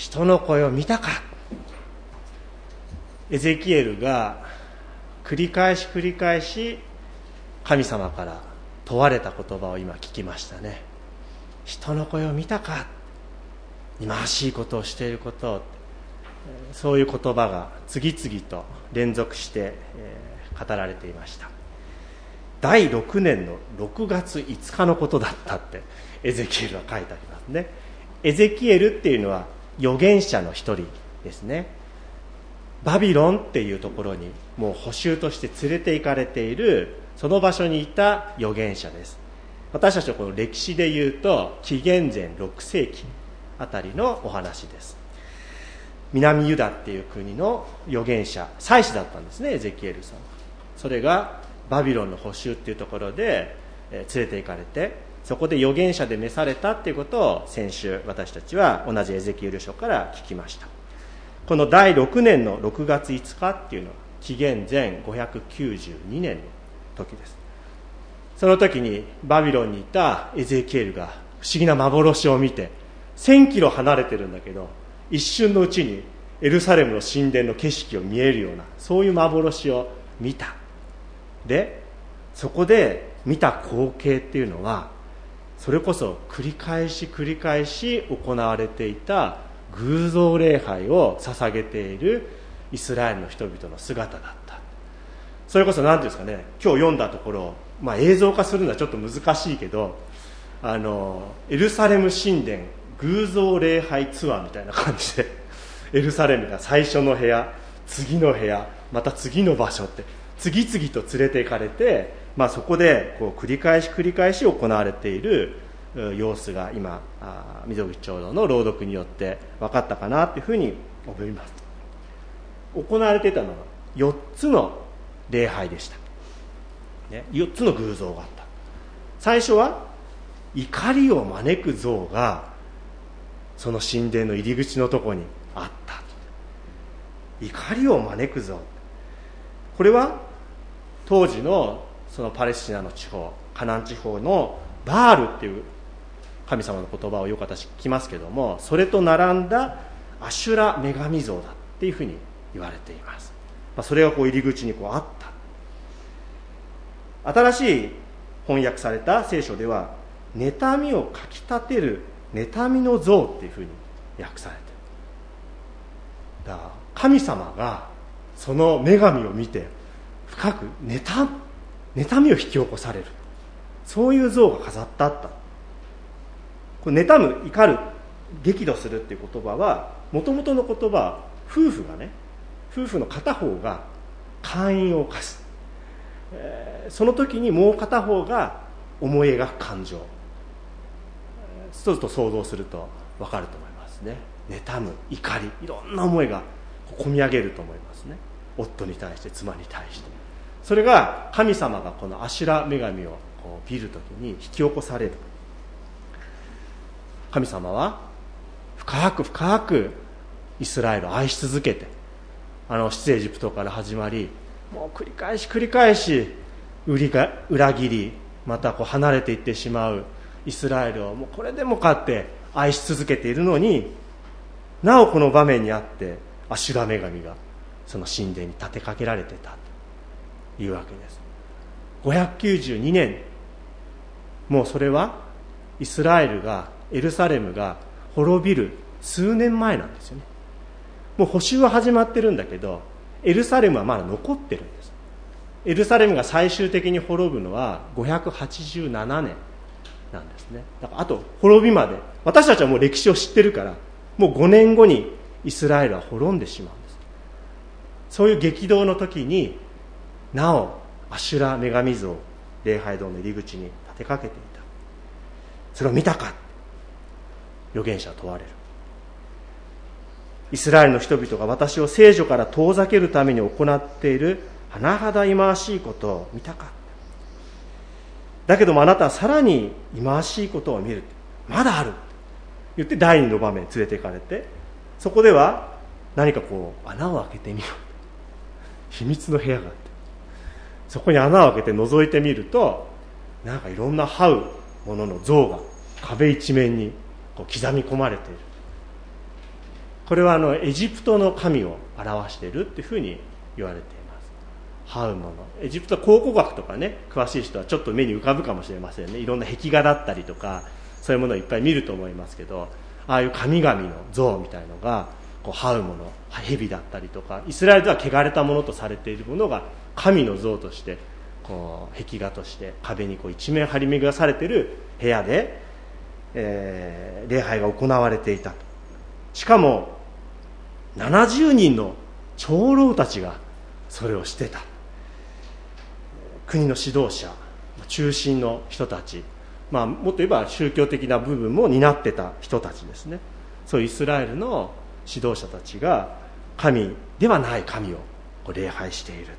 人の声を見たか。エゼキエルが繰り返し神様から問われた言葉を今聞きましたね。人の声を見たか、忌まわしいことをしていることを、そういう言葉が次々と連続して語られていました。第6年の6月5日のことだったってエゼキエルは書いてありますね。エゼキエルっていうのは預言者の一人ですね。バビロンっていうところにもう捕囚として連れて行かれている、その場所にいた預言者です。私たちのこの歴史でいうと紀元前6世紀あたりのお話です。南ユダっていう国の預言者、祭司だったんですね、エゼキエルさんは。それがバビロンの捕囚っていうところで連れて行かれて、そこで預言者で召されたっていうことを先週私たちは同じエゼキエル書から聞きました。この第6年の6月5日っていうのは紀元前592年の時です。その時にバビロンにいたエゼキエルが不思議な幻を見て、1000キロ離れてるんだけど一瞬のうちにエルサレムの神殿の景色を見えるような、そういう幻を見た。でそこで見た光景っていうのは、それこそ繰り返し行われていた偶像礼拝を捧げているイスラエルの人々の姿だった。それこそ何ていうんですかね、今日読んだところ、映像化するのはちょっと難しいけど、エルサレム神殿偶像礼拝ツアーみたいな感じで、エルサレムが最初の部屋、次の部屋、また次の場所って次々と連れて行かれて、そこでこう繰り返し行われている様子が今溝口長老の朗読によって分かったかなというふうに思います。行われていたのは4つの礼拝でした、4つの偶像があった。最初は怒りを招く像がその神殿の入り口のところにあった。怒りを招く像、これは当時のそのパレスチナの地方、カナン地方のバールっていう神様の言葉をよく私聞きますけども、それと並んだアシュラ女神像だっていうふうに言われています。それがこう入り口にこうあった。新しい翻訳された聖書では、妬みをかきたてる妬みの像っていうふうに訳されている。だから神様がその女神を見て深く妬みを引き起こされる、そういう像が飾ってあった。これ妬む、怒る、激怒するっていう言葉は、もともとの言葉は夫婦の片方が姦淫を犯す、その時にもう片方が思い描く感情、ちょっと想像すると分かると思いますね。妬む、怒り、いろんな思いがこみ上げると思いますね。夫に対して、妻に対して。それが神様がこのアシュラ女神をこう見るときに引き起こされる。神様は深くイスラエルを愛し続けて、出エジプトから始まり、もう繰り返し裏切り、またこう離れていってしまうイスラエルをもうこれでもかって愛し続けているのに、なおこの場面にあってアシュラ女神がその神殿に立てかけられていたというわけです。592年、もうそれはイスラエルが、エルサレムが滅びる数年前なんですよね。もう捕囚は始まってるんだけど、エルサレムはまだ残ってるんです。エルサレムが最終的に滅ぶのは587年なんですね。だからあと滅びまで、私たちはもう歴史を知ってるから、もう5年後にイスラエルは滅んでしまうんです。そういう激動の時になおアシュラ女神像、礼拝堂の入り口に立てかけていた。それを見たか、預言者は問われる。イスラエルの人々が私を聖女から遠ざけるために行っている甚だ忌まわしいことを見たか。だけどもあなたはさらに忌まわしいことを見る、まだあると言って第2の場面に連れて行かれて、そこでは何かこう穴を開けてみよう、秘密の部屋があって、そこに穴を開けて覗いてみると、なんかいろんな這うものの像が壁一面にこう刻み込まれている。 これはエジプトの神を表しているっていうふうに言われています。ハウモのエジプト考古学とかね、詳しい人はちょっと目に浮かぶかもしれませんね。いろんな壁画だったりとかそういうものをいっぱい見ると思いますけど、ああいう神々の像みたいのがハウモの蛇だったりとか、イスラエルでは汚れたものとされているものが神の像として壁画として壁に一面張り巡らされている部屋で、礼拝が行われていたと。しかも70人の長老たちがそれをしてた。国の指導者、中心の人たち、もっと言えば宗教的な部分も担ってた人たちですね。そういうイスラエルの指導者たちが神ではない神を礼拝している。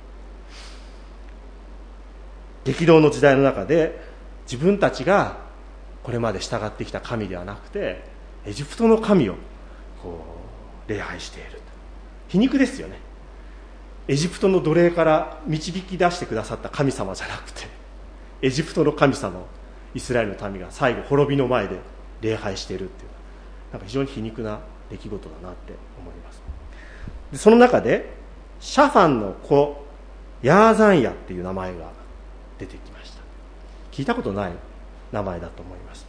激動の時代の中で自分たちがこれまで従ってきた神ではなくてエジプトの神を礼拝している。皮肉ですよね。エジプトの奴隷から導き出してくださった神様じゃなくて、エジプトの神様をイスラエルの民が最後滅びの前で礼拝しているっていう、なんか非常に皮肉な出来事だなって思います。でその中でシャファンの子ヤーザンヤっていう名前が出てきました。聞いたことない名前だと思います。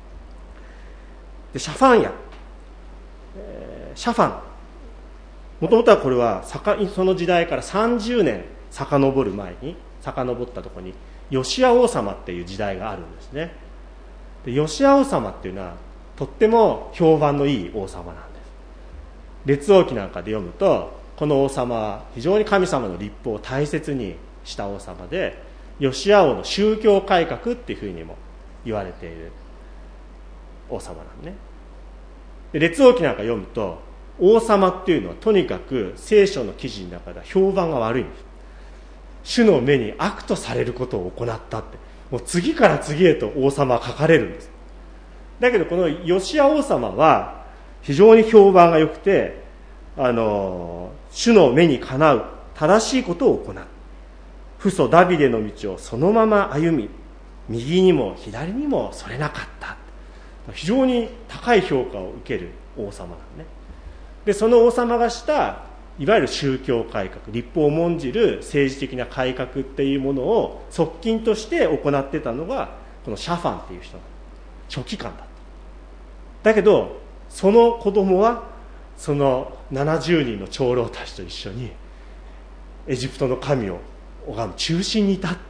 でシャファンヤ、シャファン、もともとはこれはその時代から30年遡る前に遡ったところにヨシア王様っていう時代があるんですね。でヨシア王様っていうのはとっても評判のいい王様なんです。列王記なんかで読むと、この王様は非常に神様の律法を大切にした王様で、ヨシア王の宗教改革っていうふうにも言われている王様なんね。で列王記なんか読むと、王様っていうのはとにかく聖書の記事の中では評判が悪いんです。主の目に悪とされることを行ったって、もう次から次へと王様は書かれるんです。だけどこのヨシア王様は非常に評判が良くて、主の目にかなう正しいことを行う。父祖ダビデの道をそのまま歩み、右にも左にもそれなかった。非常に高い評価を受ける王様なんね。でその王様がしたいわゆる宗教改革、律法を重んじる政治的な改革っていうものを側近として行ってたのがこのシャファンっていう人の書記官だった。だけどその子供はその70人の長老たちと一緒にエジプトの神を拝む中心にいたって、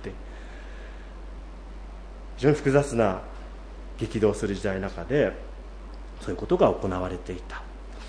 非常に複雑な激動する時代の中でそういうことが行われていた。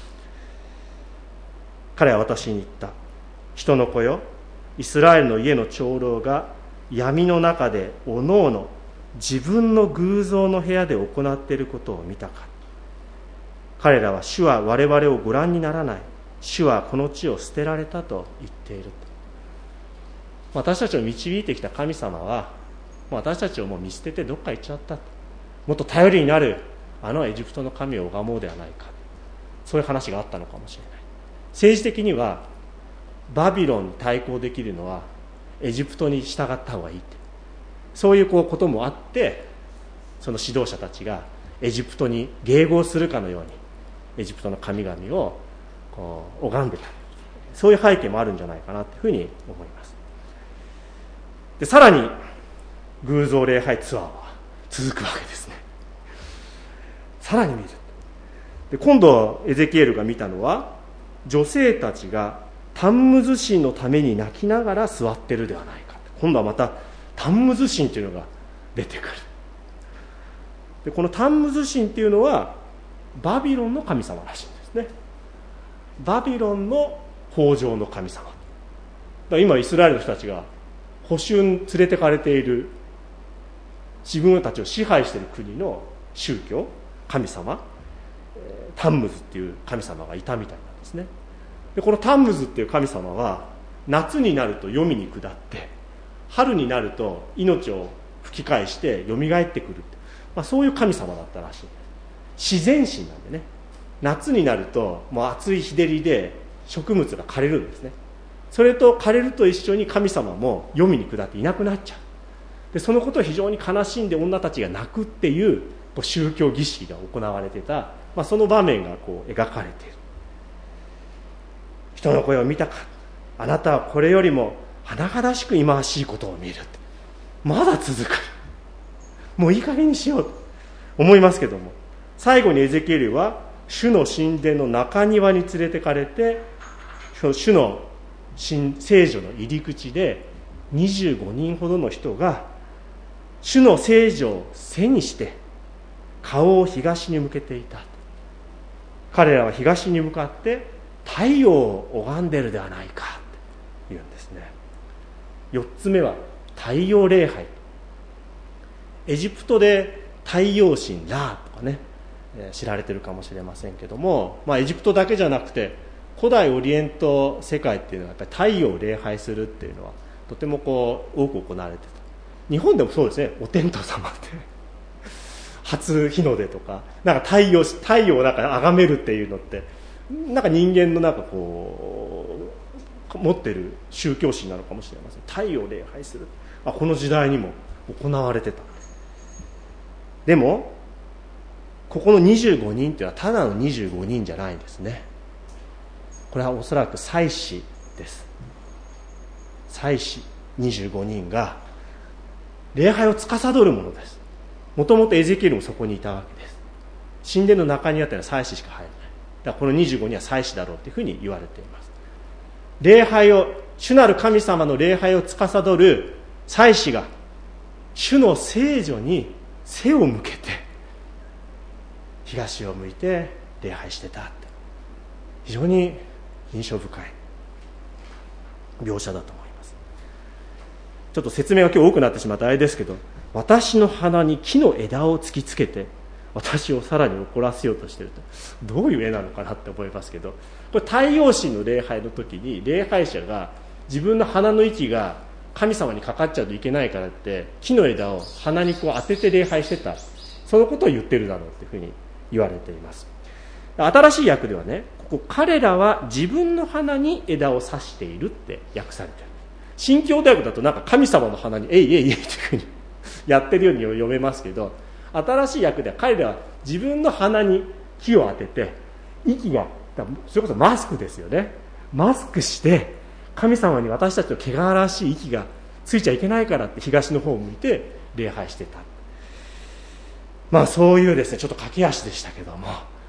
彼は私に言った。人の子よ、イスラエルの家の長老が闇の中でおのおの自分の偶像の部屋で行っていることを見たか。彼らは主は我々をご覧にならない、主はこの地を捨てられたと言っていると。私たちを導いてきた神様は私たちをもう見捨ててどっか行っちゃったと。もっと頼りになるエジプトの神を拝もうではないか、そういう話があったのかもしれない。政治的にはバビロンに対抗できるのはエジプトに従った方がいいって、そういうこともあって、その指導者たちがエジプトに迎合するかのようにエジプトの神々を拝んでた、そういう背景もあるんじゃないかなというふうに思います。でさらに偶像礼拝ツアーは続くわけですね。さらに見る。で今度エゼキエルが見たのは、女性たちがタンムズ神のために泣きながら座ってるではないか。今度はまたタンムズ神というのが出てくる。でこのタンムズ神というのはバビロンの神様らしいんですね。バビロンの豊穣の神様だから今イスラエルの人たちが捕囚に連れてかれている、自分たちを支配している国の宗教神様、タンムズっていう神様がいたみたいなんですね。でこのタンムズっていう神様は夏になると黄泉に下って、春になると命を吹き返して蘇ってくるって、そういう神様だったらしい。自然神なんでね、夏になるともう暑い日照りで植物が枯れるんですね。それと枯れると一緒に神様も黄泉に下っていなくなっちゃう。でそのことを非常に悲しんで女たちが泣くっていう宗教儀式が行われてた、その場面が描かれている。 人の声を見たか、あなたはこれよりも甚だしく忌まわしいことを見るって、まだ続く。もういい加減にしようと思いますけども、最後にエゼキエルは主の神殿の中庭に連れてかれて、主の聖所の入り口で25人ほどの人が主の聖所を背にして顔を東に向けていた。彼らは東に向かって太陽を拝んでるではないかって言うんですね。4つ目は太陽礼拝。エジプトで太陽神ラーとかね、知られてるかもしれませんけども、エジプトだけじゃなくて古代オリエント世界っていうのはやっぱり太陽を礼拝するっていうのはとても多く行われてた。日本でもそうですね、お天道様って初日の出とか、なんか太陽をなんか崇めるっていうのってなんか人間のなんか持ってる宗教心なのかもしれません。太陽を礼拝する、この時代にも行われてたんです。でもここの25人っていうのはただの25人じゃないんですね。これはおそらく祭司です。祭司25人が礼拝を司るものです。もともとエゼキエルもそこにいたわけです。神殿の中にあったのは祭司しか入らない。だからこの25人は祭司だろうというふうに言われています。礼拝を、主なる神様の礼拝を司る祭司が主の聖所に背を向けて東を向いて礼拝してたって、非常に印象深い描写だと思います。ちょっと説明が今日多くなってしまってあれですけど、私の鼻に木の枝を突きつけて私をさらに怒らせようとしていると、どういう絵なのかなって思いますけど、これ太陽神の礼拝の時に礼拝者が自分の鼻の息が神様にかかっちゃうといけないからって木の枝を鼻に当てて礼拝してた、そのことを言ってるだろうというふうに言われています。新しい訳ではね、ここ彼らは自分の鼻に枝を刺しているって訳されている。新教大学だとなんか神様の鼻にえいえいえいというふうにやってるように読めますけど、新しい訳では彼らは自分の鼻に木を当てて息が、それこそマスクですよね、マスクして神様に私たちの汚らしい息がついちゃいけないからって東の方を向いて礼拝してた。そういうですね、ちょっと駆け足でしたけども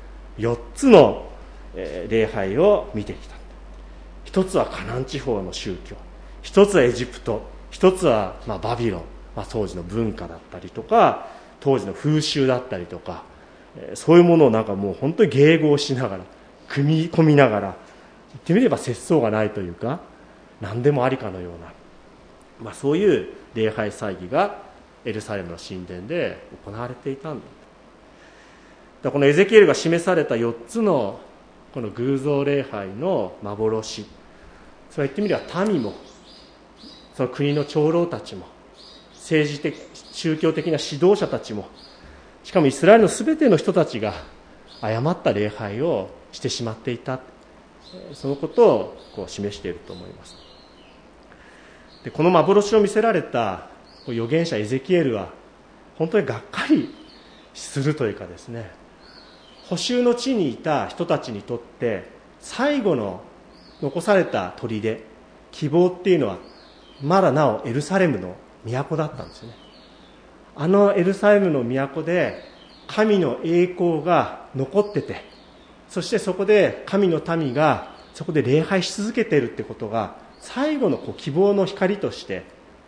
4つの礼拝を見てきた。一つはカナン地方の宗教、一つはエジプト、一つはバビロン、当時の文化だったりとか当時の風習だったりとか、そういうものをなんかもう本当に迎合しながら組み込みながら、言ってみれば節操がないというか何でもありかのような、そういう礼拝祭儀がエルサレムの神殿で行われていたんだ。このエゼキエルが示された4つのこの偶像礼拝の幻、それは言ってみれば民もその国の長老たちも政治的宗教的な指導者たちも、しかもイスラエルのすべての人たちが誤った礼拝をしてしまっていた、そのことを示していると思います。でこの幻を見せられた預言者エゼキエルは本当にがっかりするというかですね、捕囚の地にいた人たちにとって最後の残された砦、希望っていうのはまだなおエルサレムの都だったんですね。あのエルサレムの都で神の栄光が残ってて、そしてそこで神の民がそこで礼拝し続けているってことが最後の希望の光として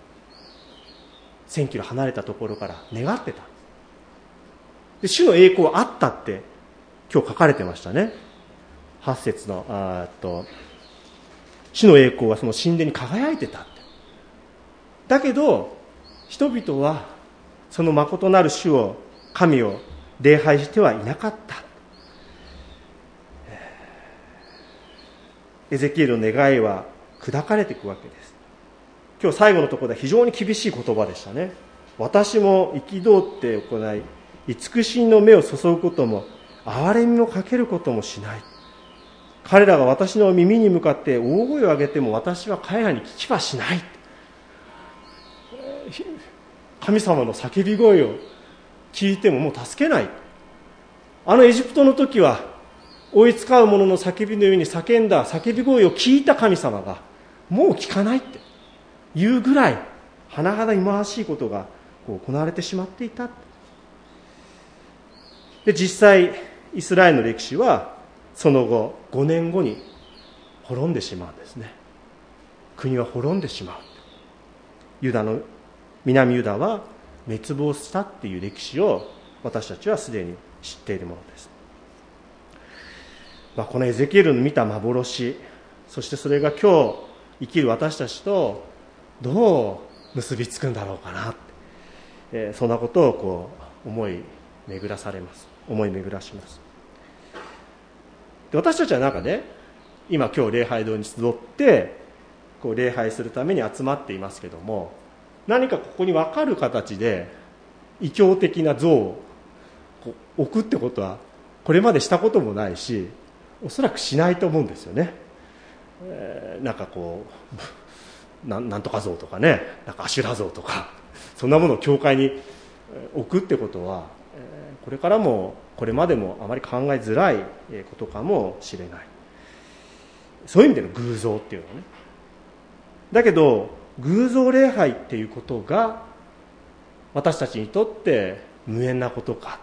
1000キロ離れたところから願ってた。で主の栄光はあったって今日書かれてましたね。8節の主の栄光はその神殿に輝いてたって。だけど人々はその誠なる主を、神を礼拝してはいなかった。エゼキエルの願いは砕かれていくわけです。今日最後のところで非常に厳しい言葉でしたね。私も憤って行い、慈しみの目を注ぐことも憐れみをかけることもしない。彼らが私の耳に向かって大声を上げても私は彼らに聞きはしない。神様の叫び声を聞いてももう助けない。あのエジプトの時は追いつかう者の叫びのように叫んだ叫び声を聞いた神様がもう聞かないっていうぐらい甚だ忌まわしいことが行われてしまっていた。で、実際イスラエルの歴史はその後5年後に滅んでしまうんですね。国は滅んでしまう。南ユダは滅亡したっていう歴史を私たちはすでに知っているものです。このエゼキエルの見た幻、そしてそれが今日生きる私たちとどう結びつくんだろうかなって、そんなことを思い巡らします。で、私たちはなんかね、今日礼拝堂に集って礼拝するために集まっていますけども、何かここに分かる形で異教的な像を置くってことはこれまでしたこともないし、おそらくしないと思うんですよね。なんかなんとか像とかね、なんかアシュラ像とかそんなものを教会に置くってことは、これからもこれまでもあまり考えづらいことかもしれない。そういう意味での偶像っていうのはね。だけど偶像礼拝っていうことが私たちにとって無縁なことか、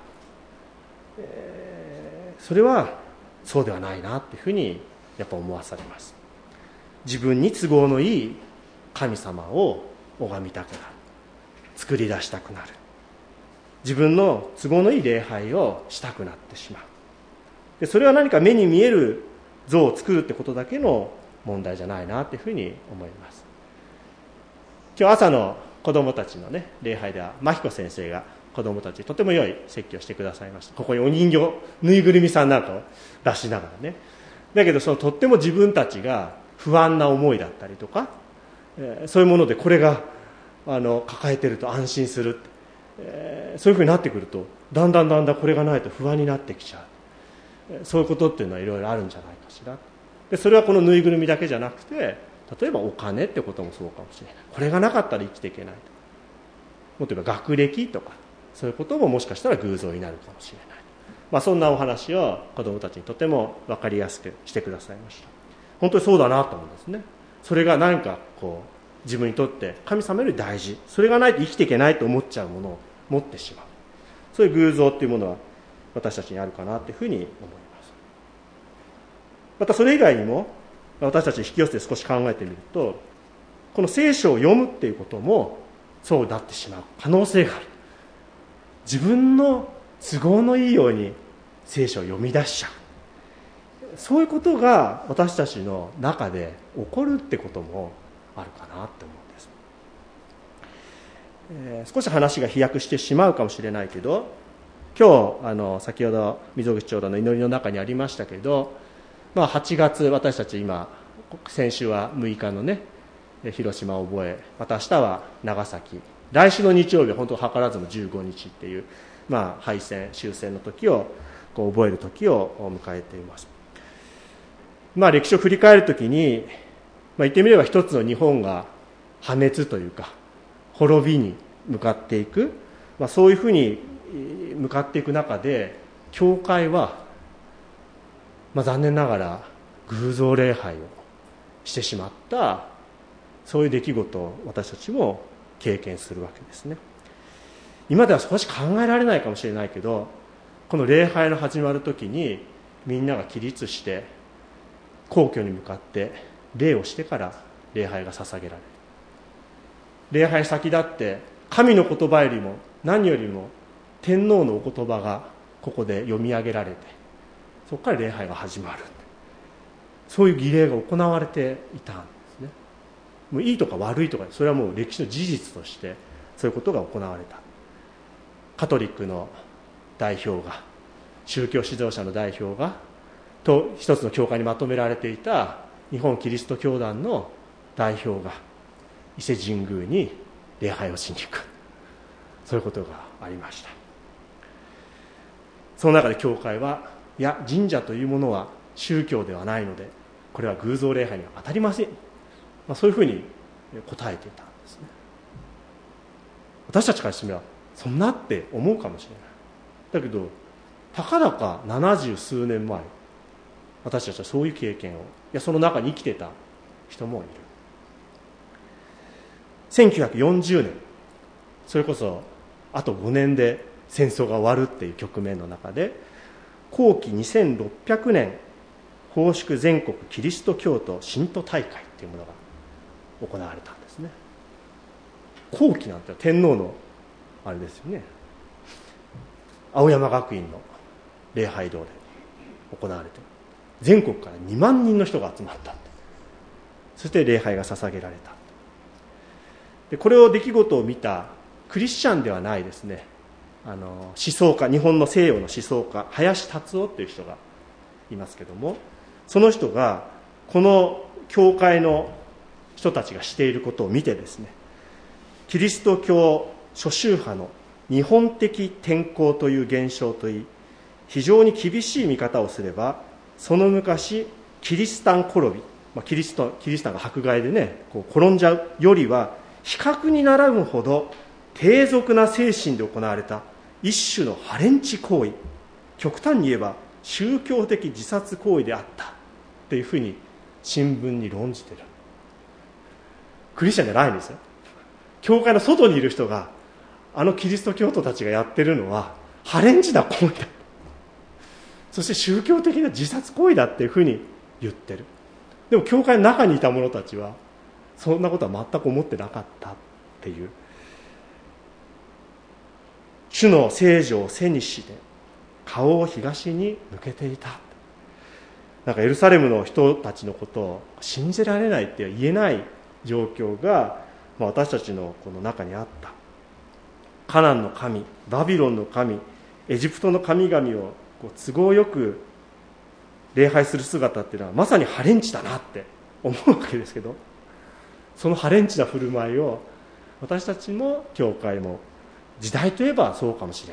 それはそうではないなっていうふうにやっぱ思わされます。自分に都合のいい神様を拝みたくなる、作り出したくなる、自分の都合のいい礼拝をしたくなってしまう。で、それは何か目に見える像を作るってことだけの問題じゃないなっていうふうに思います。今日朝の子どもたちのね礼拝では真彦先生が子どもたちにとても良い説教をしてくださいました。ここにお人形、ぬいぐるみさんなんかを出しながらね。だけどとっても自分たちが不安な思いだったりとか、そういうものでこれが抱えてると安心する、そういうふうになってくるとだんだんこれがないと不安になってきちゃう。そういうことっていうのはいろいろあるんじゃないかしら。で、それはこのぬいぐるみだけじゃなくて、例えばお金ってこともそうかもしれない。これがなかったら生きていけないとか、もっと言えば学歴とか、そういうことももしかしたら偶像になるかもしれない。そんなお話を子どもたちにとても分かりやすくしてくださいました。本当にそうだなと思うんですね。それが何か自分にとって神様より大事、それがないと生きていけないと思っちゃうものを持ってしまう。そういう偶像っていうものは私たちにあるかなというふうに思います。またそれ以外にも私たち引き寄せて少し考えてみると、この聖書を読むっていうこともそうなってしまう可能性がある。自分の都合のいいように聖書を読み出しちゃう、そういうことが私たちの中で起こるってこともあるかなって思うんです。少し話が飛躍してしまうかもしれないけど、今日先ほど溝口長老の祈りの中にありましたけど、8月、私たち今先週は6日のね広島を覚え、また明日は長崎、来週の日曜日は本当図らずも15日っていう、敗戦終戦の時を覚える時を迎えています。歴史を振り返る時に、言ってみれば一つの日本が破滅というか滅びに向かっていく、そういうふうに向かっていく中で、教会は残念ながら偶像礼拝をしてしまった、そういう出来事を私たちも経験するわけですね。今では少し考えられないかもしれないけど、この礼拝の始まる時にみんなが起立して皇居に向かって礼をしてから礼拝が捧げられる。礼拝先立って神の言葉よりも何よりも天皇のお言葉がここで読み上げられて、そこから礼拝が始まる。そういう儀礼が行われていたんですね。もういいとか悪いとか、それはもう歴史の事実としてそういうことが行われた。カトリックの代表が、宗教指導者の代表がと一つの教会にまとめられていた日本キリスト教団の代表が伊勢神宮に礼拝をしに行く、そういうことがありました。その中で教会は、いや、神社というものは宗教ではないので、これは偶像礼拝には当たりません、そういうふうに答えていたんですね。私たちからしてみればそんなって思うかもしれない。だけどたかだか70数年前、 私たちはそういう経験を、その中に生きてた人もいる。1940年、それこそあと5年で戦争が終わるっていう局面の中で、後期2600年奉祝全国キリスト教徒信徒大会っていうものが行われたんですね。後期なんて天皇のあれですよね。青山学院の礼拝堂で行われて、全国から2万人の人が集まった。そして礼拝が捧げられた。でこれを出来事を見たクリスチャンではないですね、思想家、日本の西洋の思想家林達夫という人がいますけども、その人がこの教会の人たちがしていることを見てですね、キリスト教諸宗派の日本的転向という現象といい、非常に厳しい見方をすれば、その昔キリシタン転び、キリシタンが迫害でねこう転んじゃうよりは比較にならぬほど低俗な精神で行われた一種のハレンチ行為、極端に言えば宗教的自殺行為であったっていうふうに新聞に論じてる。クリスチャンじゃないんですよ。教会の外にいる人がキリスト教徒たちがやってるのはハレンチな行為だ、そして宗教的な自殺行為だっていうふうに言ってる。でも教会の中にいた者たちはそんなことは全く思ってなかったっていう。主の聖女を背にして顔を東に向けていた。なんかエルサレムの人たちのことを信じられないって言えない状況が、私たちのこの中にあった。カナンの神、バビロンの神、エジプトの神々を都合よく礼拝する姿っていうのはまさにハレンチだなって思うわけですけど、そのハレンチな振る舞いを私たちも教会も時代といえばそうかもしれない。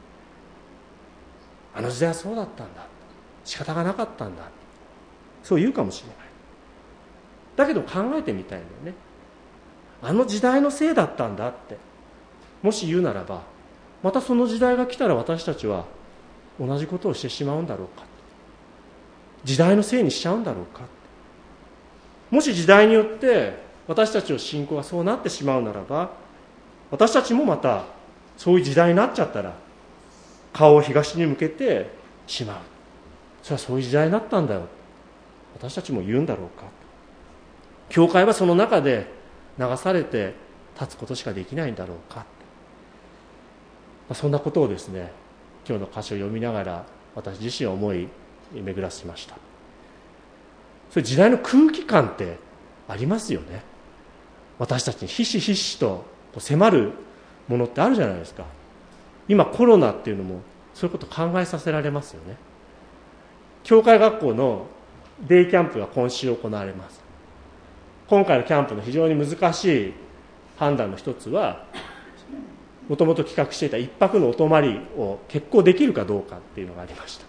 あの時代はそうだったんだ、仕方がなかったんだ、そう言うかもしれない。だけど考えてみたいんだよね。あの時代のせいだったんだってもし言うならば、またその時代が来たら私たちは同じことをしてしまうんだろうか、時代のせいにしちゃうんだろうか。もし時代によって私たちの信仰がそうなってしまうならば、私たちもまたそういう時代になっちゃったら顔を東に向けてしまう。それはそういう時代になったんだよ、私たちも言うんだろうか。教会はその中で流されて立つことしかできないんだろうか。そんなことをですね、今日の箇所を読みながら私自身は思い巡らしました。そういう時代の空気感ってありますよね。私たちにひしひしと迫るものってあるじゃないですか。今コロナっていうのもそういうことを考えさせられますよね。教会学校のデイキャンプが今週行われます。今回のキャンプの非常に難しい判断の一つは、もともと企画していた一泊のお泊まりを決行できるかどうかっていうのがありました。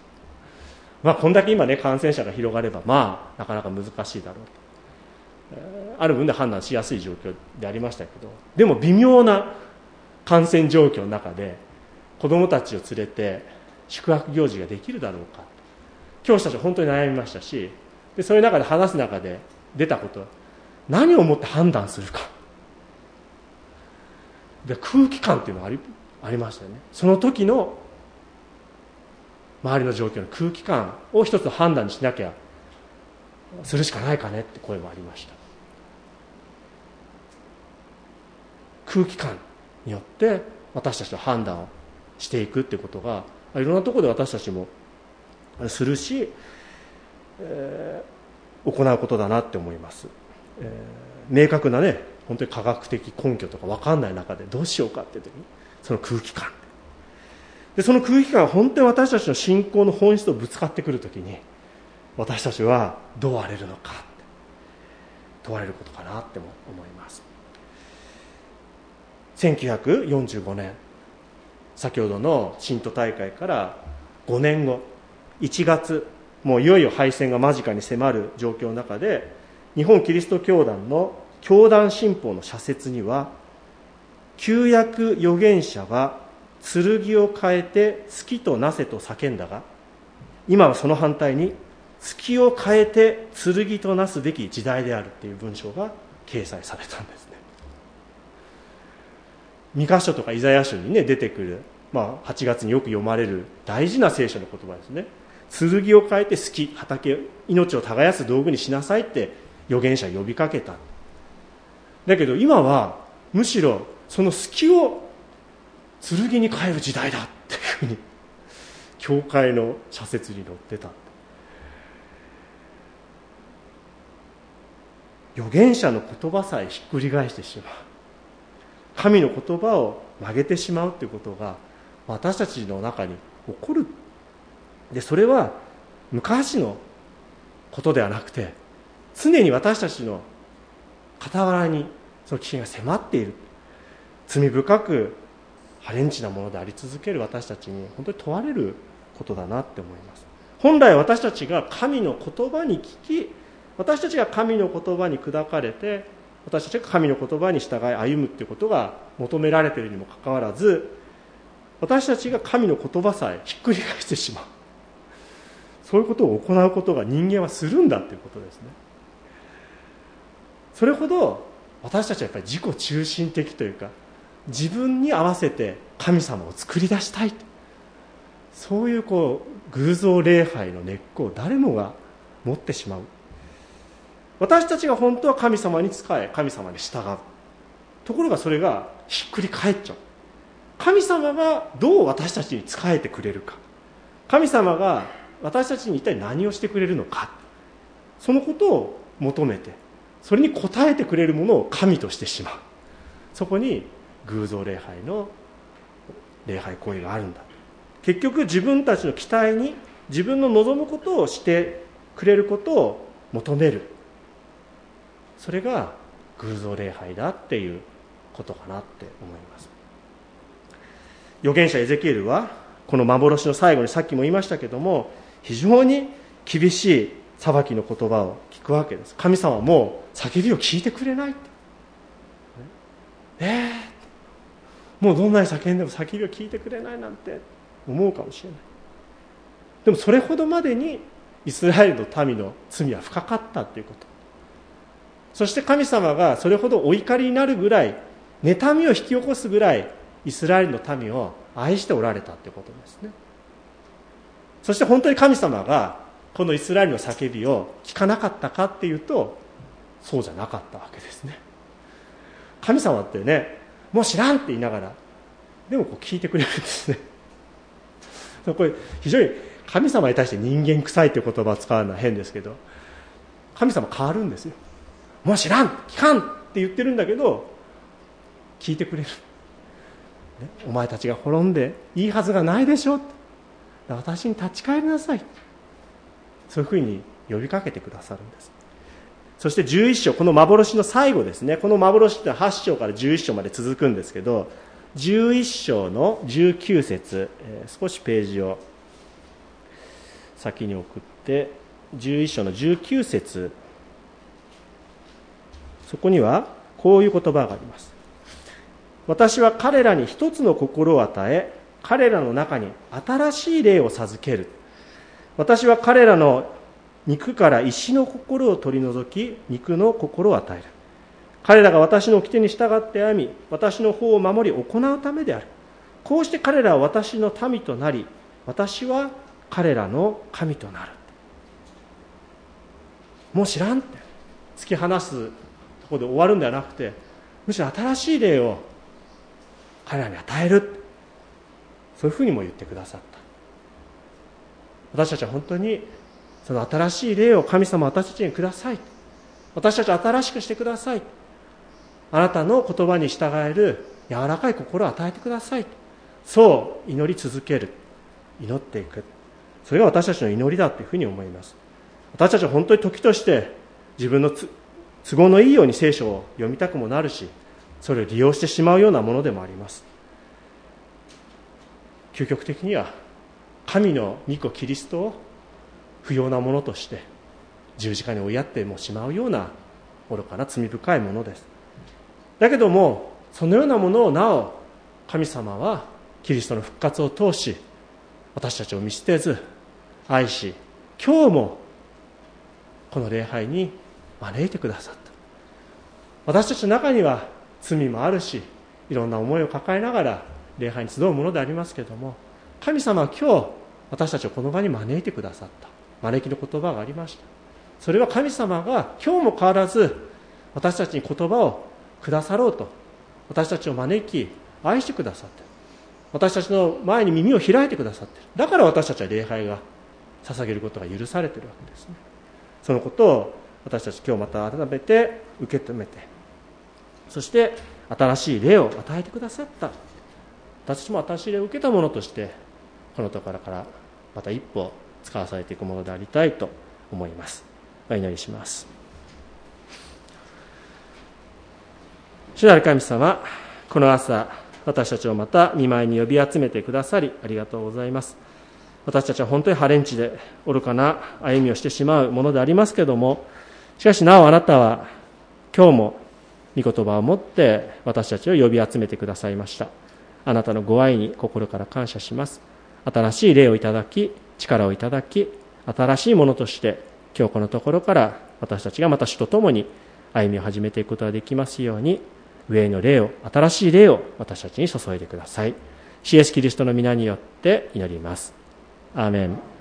こんだけ今ね感染者が広がればなかなか難しいだろうと、ある分で判断しやすい状況でありましたけど、でも微妙な感染状況の中で子どもたちを連れて宿泊行事ができるだろうか、教師たちは本当に悩みましたし、でそういう中で話す中で出たことは、何をもって判断するかで、空気感っていうのがありましたよね。その時の周りの状況の空気感を一つの判断にしなきゃするしかないかねって声もありました。空気感によって私たちの判断をしていくっていうことがいろんなところで私たちもするし、行うことだなって思います。明確なね本当に科学的根拠とか分かんない中でどうしようかっていう時にその空気感で、その空気感が本当に私たちの信仰の本質とぶつかってくる時に、私たちはどうあれるのかって問われることかなっても思います。1945年、先ほどの信徒大会から5年後1月、もういよいよ敗戦が間近に迫る状況の中で、日本キリスト教団の教団新報の社説には、旧約預言者は剣を変えて月となせと叫んだが、今はその反対に隙を変えて剣となすべき時代であるっていう文章が掲載されたんですね。ミカ書とかイザヤ書にね出てくる、8月によく読まれる大事な聖書の言葉ですね。剣を変えて隙、畑、命を耕す道具にしなさいって預言者呼びかけた。だけど今はむしろその隙を剣に変える時代だっていうふうに教会の社説に載ってた。預言者の言葉さえひっくり返してしまう、神の言葉を曲げてしまうということが私たちの中に起こる。でそれは昔のことではなくて、常に私たちの傍らにその危険が迫っている、罪深く破廉恥なものであり続ける私たちに本当に問われることだなって思います。本来私たちが神の言葉に聞き、私たちが神の言葉に砕かれて、私たちが神の言葉に従い歩むということが求められているにもかかわらず、私たちが神の言葉さえひっくり返してしまう、そういうことを行うことが人間はするんだということですね。それほど私たちはやっぱり自己中心的というか、自分に合わせて神様を作り出したい、そういう偶像礼拝の根っこを誰もが持ってしまう。私たちが本当は神様に仕え、神様に従う。ところがそれがひっくり返っちゃう。神様がどう私たちに仕えてくれるか、神様が私たちに一体何をしてくれるのか、そのことを求めて、それに応えてくれるものを神としてしまう。そこに偶像礼拝の礼拝行為があるんだ。結局自分たちの期待に自分の望むことをしてくれることを求める、それが偶像礼拝だっていうことかなって思います。預言者エゼキエルはこの幻の最後にさっきも言いましたけども、非常に厳しい裁きの言葉を聞くわけです。神様はもう叫びを聞いてくれないって、もうどんなに叫んでも叫びを聞いてくれないなんて思うかもしれない。でもそれほどまでにイスラエルの民の罪は深かったということ、そして神様がそれほどお怒りになるぐらい、妬みを引き起こすぐらいイスラエルの民を愛しておられたということですね。そして本当に神様がこのイスラエルの叫びを聞かなかったかっていうと、そうじゃなかったわけですね。神様ってね、もう知らんって言いながらでも聞いてくれるんですね。これ非常に神様に対して人間臭いという言葉を使うのは変ですけど、神様変わるんですよ。もう知らん、聞かんって言ってるんだけど聞いてくれる、お前たちが滅んでいいはずがないでしょ、私に立ち返りなさい、そういうふうに呼びかけてくださるんです。そして11章、この幻の最後ですね。この幻って8章から11章まで続くんですけど、11章の19節、少しページを先に送って11章の19節、そこにはこういう言葉があります。私は彼らに一つの心を与え、彼らの中に新しい霊を授ける。私は彼らの肉から石の心を取り除き、肉の心を与える。彼らが私の掟に従って歩み、私の法を守り行うためである。こうして彼らは私の民となり、私は彼らの神となる。もう知らんって突き放すところで終わるんではなくて、むしろ新しい霊を彼らに与える、そういうふうにも言ってくださった。私たちは本当にその新しい霊を神様は私たちにください、私たちを新しくしてください、あなたの言葉に従える柔らかい心を与えてください、そう祈り続ける、祈っていく、それが私たちの祈りだというふうに思います。私たちは本当に時として自分の都合のいいように聖書を読みたくもなるし、それを利用してしまうようなものでもあります。究極的には神の御子キリストを不要なものとして十字架に追いやってもしまうような愚かな罪深いものです。だけどもそのようなものをなお神様はキリストの復活を通し私たちを見捨てず愛し、今日もこの礼拝に招いてくださった。私たちの中には罪もあるし、いろんな思いを抱えながら礼拝に集うものでありますけれども、神様は今日私たちをこの場に招いてくださった。招きの言葉がありました。それは神様が今日も変わらず私たちに言葉をくださろうと、私たちを招き愛してくださっている。私たちの前に耳を開いてくださっている。だから私たちは礼拝が捧げることが許されているわけですね。そのことを私たち今日また改めて受け止めて、そして新しい霊を与えてくださった。私たちも新しい霊を受けたものとしてこのところからまた一歩使わされていくものでありたいと思います。お祈りします。主なる神様、この朝私たちをまた御前に呼び集めてくださりありがとうございます。私たちは本当に破廉恥で愚かな歩みをしてしまうものでありますけれども、しかしなおあなたは今日も御言葉を持って私たちを呼び集めてくださいました。あなたのご愛に心から感謝します。新しい霊をいただき、力をいただき、新しいものとして今日このところから私たちがまた主と共に歩みを始めていくことができますように、上の霊を、新しい霊を私たちに注いでください。主イエスキリストの皆によって祈ります。アーメン。